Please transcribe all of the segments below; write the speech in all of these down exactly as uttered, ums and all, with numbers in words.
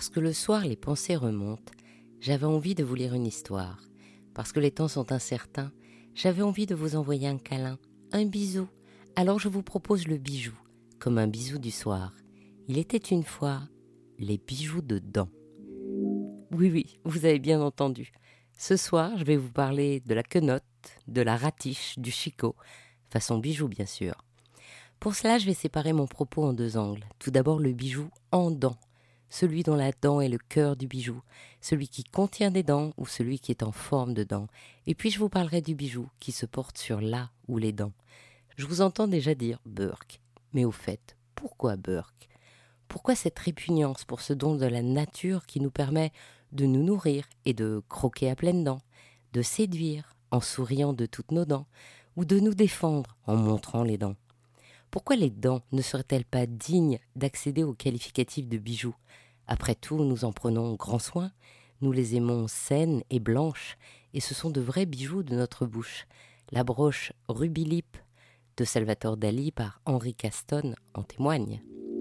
Parce que le soir, les pensées remontent, j'avais envie de vous lire une histoire. Parce que les temps sont incertains, j'avais envie de vous envoyer un câlin, un bisou. Alors je vous propose le bijou, comme un bisou du soir. Il était une fois les bijoux de dents. Oui, oui, vous avez bien entendu. Ce soir, je vais vous parler de la quenotte, de la ratiche, du chicot, façon bijou bien sûr. Pour cela, je vais séparer mon propos en deux angles. Tout d'abord, le bijou en dents, celui dont la dent est le cœur du bijou, celui qui contient des dents ou celui qui est en forme de dents. Et puis, je vous parlerai du bijou qui se porte sur la ou les dents. Je vous entends déjà dire Burke. Mais au fait, pourquoi Burke ? Pourquoi cette répugnance pour ce don de la nature qui nous permet de nous nourrir et de croquer à pleines dents, de séduire en souriant de toutes nos dents, ou de nous défendre en montrant les dents ? Pourquoi les dents ne seraient-elles pas dignes d'accéder au qualificatif de bijoux ? Après tout, nous en prenons grand soin, nous les aimons saines et blanches, et ce sont de vrais bijoux de notre bouche. La broche Ruby Lip de Salvatore Dali par Henri Caston en témoigne.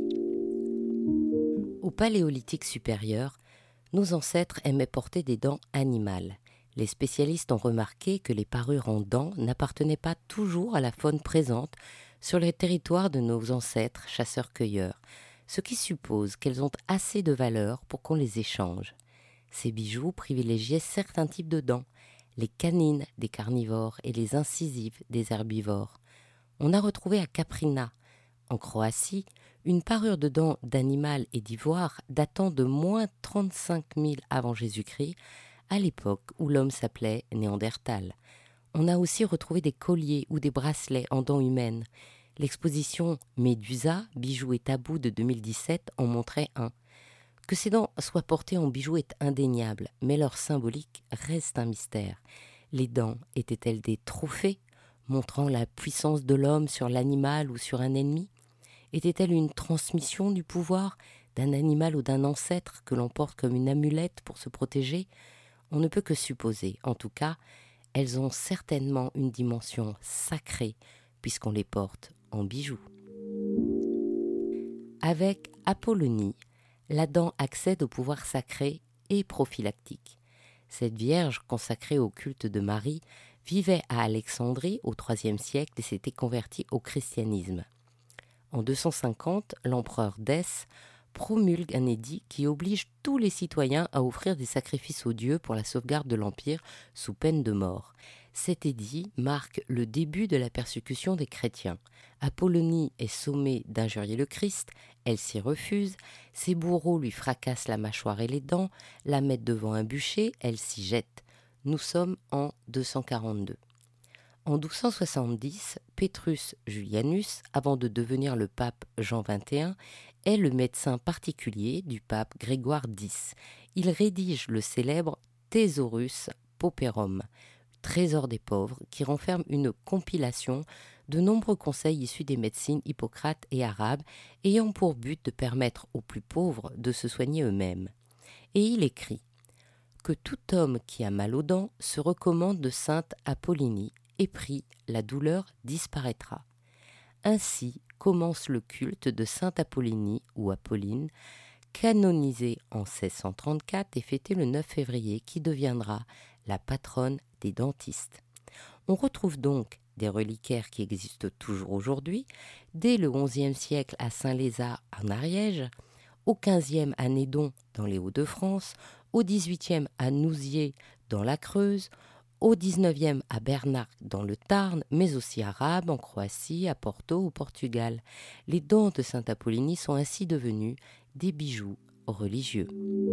Au Paléolithique supérieur, nos ancêtres aimaient porter des dents animales. Les spécialistes ont remarqué que les parures en dents n'appartenaient pas toujours à la faune présente sur les territoires de nos ancêtres chasseurs-cueilleurs, ce qui suppose qu'elles ont assez de valeur pour qu'on les échange. Ces bijoux privilégiaient certains types de dents, les canines des carnivores et les incisives des herbivores. On a retrouvé à Kaprina, en Croatie, une parure de dents d'animal et d'ivoire datant de moins trente-cinq mille avant Jésus-Christ, à l'époque où l'homme s'appelait Néandertal. On a aussi retrouvé des colliers ou des bracelets en dents humaines. L'exposition Médusa, bijoux et tabous de deux mille dix-sept en montrait un. Que ces dents soient portées en bijoux est indéniable, mais leur symbolique reste un mystère. Les dents étaient-elles des trophées, montrant la puissance de l'homme sur l'animal ou sur un ennemi ? Était-elle une transmission du pouvoir d'un animal ou d'un ancêtre que l'on porte comme une amulette pour se protéger ? On ne peut que supposer. En tout cas, elles ont certainement une dimension sacrée puisqu'on les porte en bijoux. Avec Apollonie, la dent accède au pouvoir sacré et prophylactique. Cette vierge consacrée au culte de Marie vivait à Alexandrie au troisième siècle et s'était convertie au christianisme. En deux cent cinquante, l'empereur Dèce promulgue un édit qui oblige tous les citoyens à offrir des sacrifices aux dieux pour la sauvegarde de l'Empire sous peine de mort. Cet édit marque le début de la persécution des chrétiens. Apollonie est sommée d'injurier le Christ, elle s'y refuse, ses bourreaux lui fracassent la mâchoire et les dents, la mettent devant un bûcher, elle s'y jette. Nous sommes en deux cent quarante-deux. En douze cent soixante-dix, Petrus Julianus, avant de devenir le pape Jean vingt et un, est le médecin particulier du pape Grégoire dix. Il rédige le célèbre Thesaurus Pauperum, Trésor des pauvres, qui renferme une compilation de nombreux conseils issus des médecines Hippocrate et arabes, ayant pour but de permettre aux plus pauvres de se soigner eux-mêmes. Et il écrit que tout homme qui a mal aux dents se recommande de sainte Apollonie, et pris, la douleur disparaîtra. Ainsi commence le culte de sainte Apollonie ou Apolline, canonisée en seize cent trente-quatre et fêtée le neuf février, qui deviendra la patronne des dentistes. On retrouve donc des reliquaires qui existent toujours aujourd'hui, dès le onzième siècle à Saint-Lézard en Ariège, au quinzième à Nédon dans les Hauts-de-France, au dix-huitième à Nouziers dans la Creuse, au dix-neuvième à Bernarc dans le Tarn, mais aussi à Rabe en Croatie, à Porto au Portugal. Les dents de Sainte Apollonie sont ainsi devenues des bijoux religieux.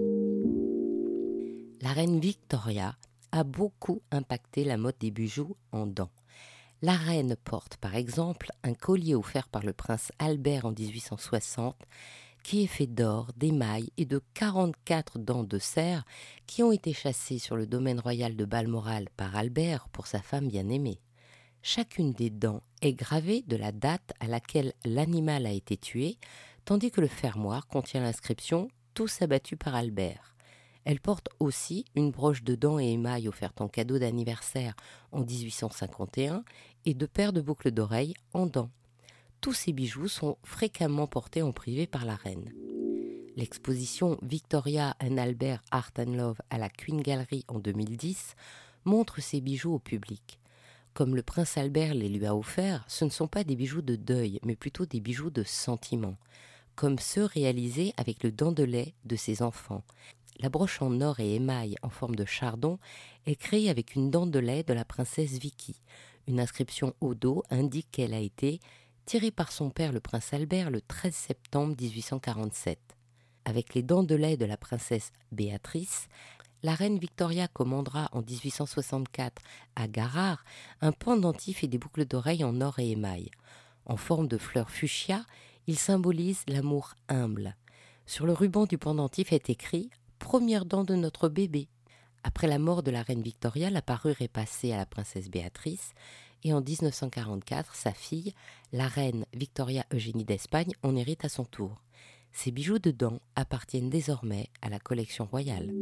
La reine Victoria a beaucoup impacté la mode des bijoux en dents. La reine porte par exemple un collier offert par le prince Albert en dix-huit cent soixante qui est fait d'or, d'émail et de quarante-quatre dents de cerf qui ont été chassées sur le domaine royal de Balmoral par Albert pour sa femme bien-aimée. Chacune des dents est gravée de la date à laquelle l'animal a été tué, tandis que le fermoir contient l'inscription « Tous abattus par Albert ». Elle porte aussi une broche de dents et émail offerte en cadeau d'anniversaire en dix-huit cent cinquante et un et deux paires de boucles d'oreilles en dents. Tous ces bijoux sont fréquemment portés en privé par la reine. L'exposition Victoria and Albert Art and Love à la Queen Gallery en deux mille dix montre ces bijoux au public. Comme le prince Albert les lui a offerts, ce ne sont pas des bijoux de deuil, mais plutôt des bijoux de sentiment, comme ceux réalisés avec le dent de lait de ses enfants. La broche en or et émail en forme de chardon est créée avec une dent de lait de la princesse Vicky. Une inscription au dos indique qu'elle a été tirée par son père le prince Albert le treize septembre dix-huit cent quarante-sept. Avec les dents de lait de la princesse Béatrice, la reine Victoria commandera en dix-huit cent soixante-quatre à Garard un pendentif et des boucles d'oreilles en or et émail. En forme de fleur fuchsia, il symbolise l'amour humble. Sur le ruban du pendentif est écrit « Première dent de notre bébé ». Après la mort de la reine Victoria, la parure est passée à la princesse Béatrice et en dix-neuf cent quarante-quatre, sa fille, la reine Victoria Eugénie d'Espagne, en hérite à son tour. Ces bijoux de dents appartiennent désormais à la collection royale.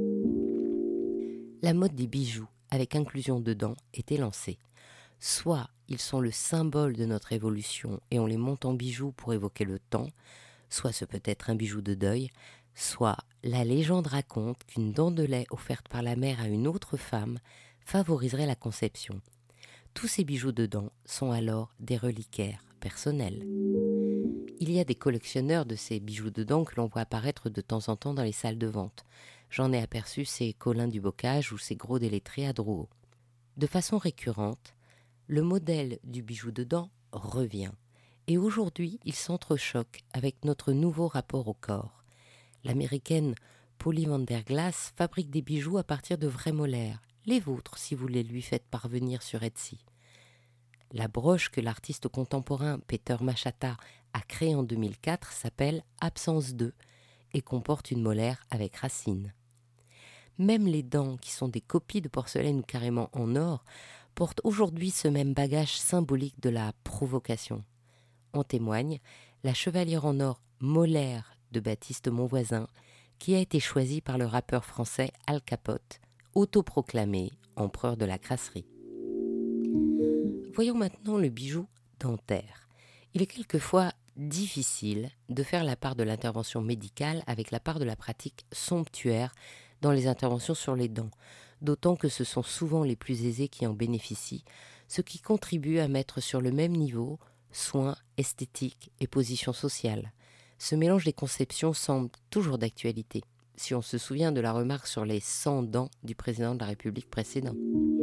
La mode des bijoux, avec inclusion de dents, était lancée. Soit ils sont le symbole de notre évolution et on les monte en bijoux pour évoquer le temps, soit ce peut être un bijou de deuil, soit la légende raconte qu'une dent de lait offerte par la mère à une autre femme favoriserait la conception. Tous ces bijoux de dents sont alors des reliquaires personnels. Il y a des collectionneurs de ces bijoux de dents que l'on voit apparaître de temps en temps dans les salles de vente. J'en ai aperçu ces Colin du Bocage ou ces gros délettrés à Drouot. De façon récurrente, le modèle du bijou de dents revient. Et aujourd'hui, il s'entrechoque avec notre nouveau rapport au corps. L'américaine Polly van der Glass fabrique des bijoux à partir de vrais molaires, les vôtres si vous les lui faites parvenir sur Etsy. La broche que l'artiste contemporain Peter Machata a créée en deux mille quatre s'appelle Absence deux et comporte une molaire avec racine. Même les dents, qui sont des copies de porcelaine ou carrément en or, portent aujourd'hui ce même bagage symbolique de la provocation. En témoigne la chevalière en or molaire de Baptiste Monvoisin, qui a été choisie par le rappeur français Al Capote, autoproclamé empereur de la crasserie. Voyons maintenant le bijou dentaire. Il est quelquefois difficile de faire la part de l'intervention médicale avec la part de la pratique somptuaire dans les interventions sur les dents, d'autant que ce sont souvent les plus aisés qui en bénéficient, ce qui contribue à mettre sur le même niveau soins, esthétique et position sociale. Ce mélange des conceptions semble toujours d'actualité, si on se souvient de la remarque sur les cent dents du président de la République précédent.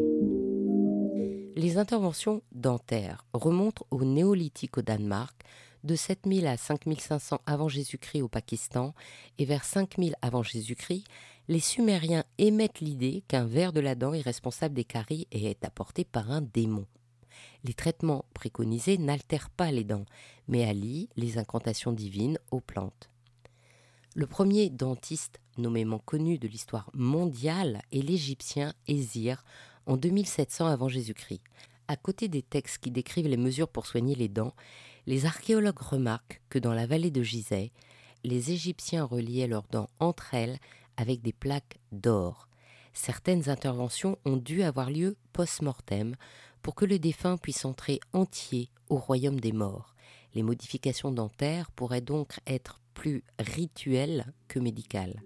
Les interventions dentaires remontent au néolithique au Danemark, de sept mille à cinq mille cinq cents avant Jésus-Christ au Pakistan, et vers cinq mille avant Jésus-Christ, les Sumériens émettent l'idée qu'un ver de la dent est responsable des caries et est apporté par un démon. Les traitements préconisés n'altèrent pas les dents, mais allient les incantations divines aux plantes. Le premier dentiste nommément connu de l'histoire mondiale est l'Égyptien Hésir, en deux mille sept cents avant Jésus-Christ. À côté des textes qui décrivent les mesures pour soigner les dents, les archéologues remarquent que dans la vallée de Gizeh, les Égyptiens reliaient leurs dents entre elles avec des plaques d'or. Certaines interventions ont dû avoir lieu post-mortem pour que le défunt puisse entrer entier au royaume des morts. Les modifications dentaires pourraient donc être plus rituelles que médicales.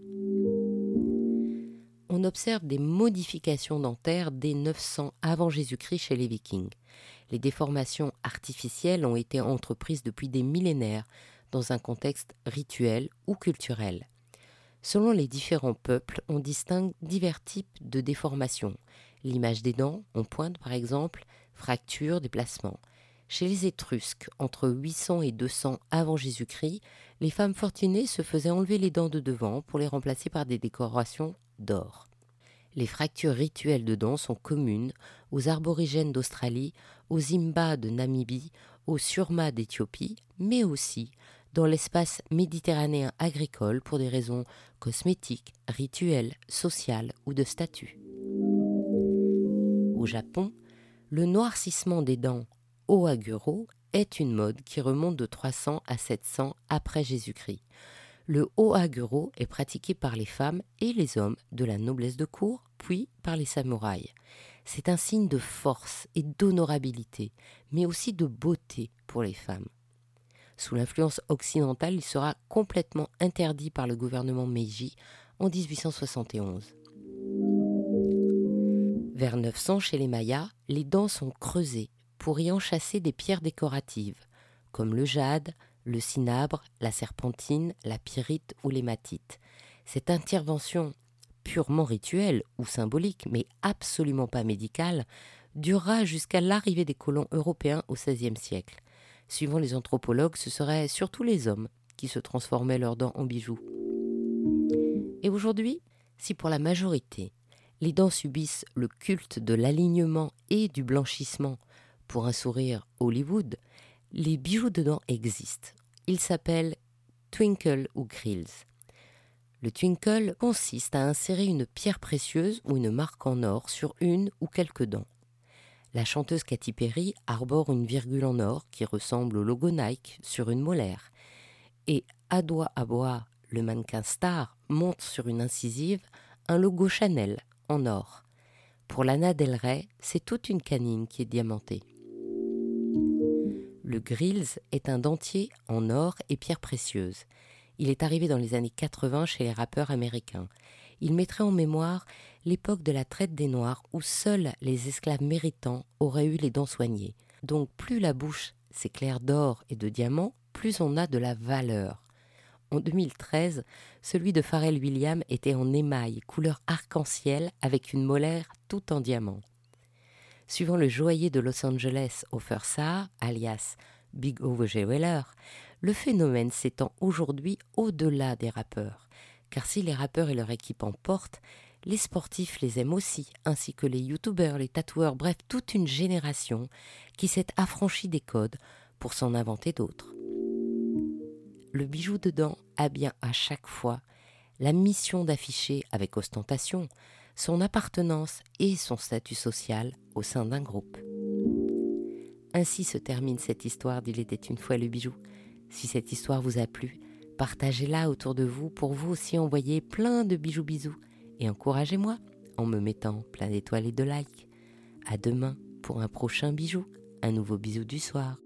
On observe des modifications dentaires dès neuf cents avant Jésus-Christ chez les Vikings. Les déformations artificielles ont été entreprises depuis des millénaires dans un contexte rituel ou culturel. Selon les différents peuples, on distingue divers types de déformations. L'image des dents, en pointe par exemple, fractures, déplacements. Chez les Étrusques, entre huit cents et deux cents avant Jésus-Christ, les femmes fortunées se faisaient enlever les dents de devant pour les remplacer par des décorations d'or. Les fractures rituelles de dents sont communes aux aborigènes d'Australie, aux Imba de Namibie, aux Surma d'Éthiopie, mais aussi dans l'espace méditerranéen agricole pour des raisons cosmétiques, rituelles, sociales ou de statut. Au Japon, le noircissement des dents Ohaguro est une mode qui remonte de trois cents à sept cents après Jésus-Christ. Le Ohaguro est pratiqué par les femmes et les hommes de la noblesse de cour, puis par les samouraïs. C'est un signe de force et d'honorabilité, mais aussi de beauté pour les femmes. Sous l'influence occidentale, il sera complètement interdit par le gouvernement Meiji en dix-huit cent soixante et onze. Vers neuf cents, chez les Mayas, les dents sont creusées pour y enchâsser des pierres décoratives, comme le jade, le cinabre, la serpentine, la pyrite ou l'hématite. Cette intervention purement rituelle ou symbolique, mais absolument pas médicale, durera jusqu'à l'arrivée des colons européens au seizième siècle. Suivant les anthropologues, ce seraient surtout les hommes qui se transformaient leurs dents en bijoux. Et aujourd'hui, si pour la majorité, les dents subissent le culte de l'alignement et du blanchissement pour un sourire Hollywood, les bijoux de dents existent. Ils s'appellent twinkle ou grills. Le twinkle consiste à insérer une pierre précieuse ou une marque en or sur une ou quelques dents. La chanteuse Katy Perry arbore une virgule en or qui ressemble au logo Nike sur une molaire. Et Adwoa Aboah, le mannequin star, monte sur une incisive un logo Chanel en or. Pour Lana Del Rey, c'est toute une canine qui est diamantée. Le grills est un dentier en or et pierres précieuses. Il est arrivé dans les années quatre-vingts chez les rappeurs américains. Il mettrait en mémoire l'époque de la traite des Noirs où seuls les esclaves méritants auraient eu les dents soignées. Donc plus la bouche s'éclaire d'or et de diamants, plus on a de la valeur. En deux mille treize, celui de Pharrell Williams était en émail, couleur arc-en-ciel, avec une molaire tout en diamant. Suivant le joaillier de Los Angeles, Ofer Saar, alias Big O the Jeweler, le phénomène s'étend aujourd'hui au-delà des rappeurs. Car si les rappeurs et leur équipe en portent, les sportifs les aiment aussi, ainsi que les youtubeurs, les tatoueurs, bref, toute une génération qui s'est affranchie des codes pour s'en inventer d'autres. Le bijou de dents a bien à chaque fois la mission d'afficher avec ostentation son appartenance et son statut social au sein d'un groupe. Ainsi se termine cette histoire d'Il était une fois le bijou. Si cette histoire vous a plu, partagez-la autour de vous pour vous aussi envoyer plein de bijoux bisous et encouragez-moi en me mettant plein d'étoiles et de likes. À demain pour un prochain bijou, un nouveau bisou du soir.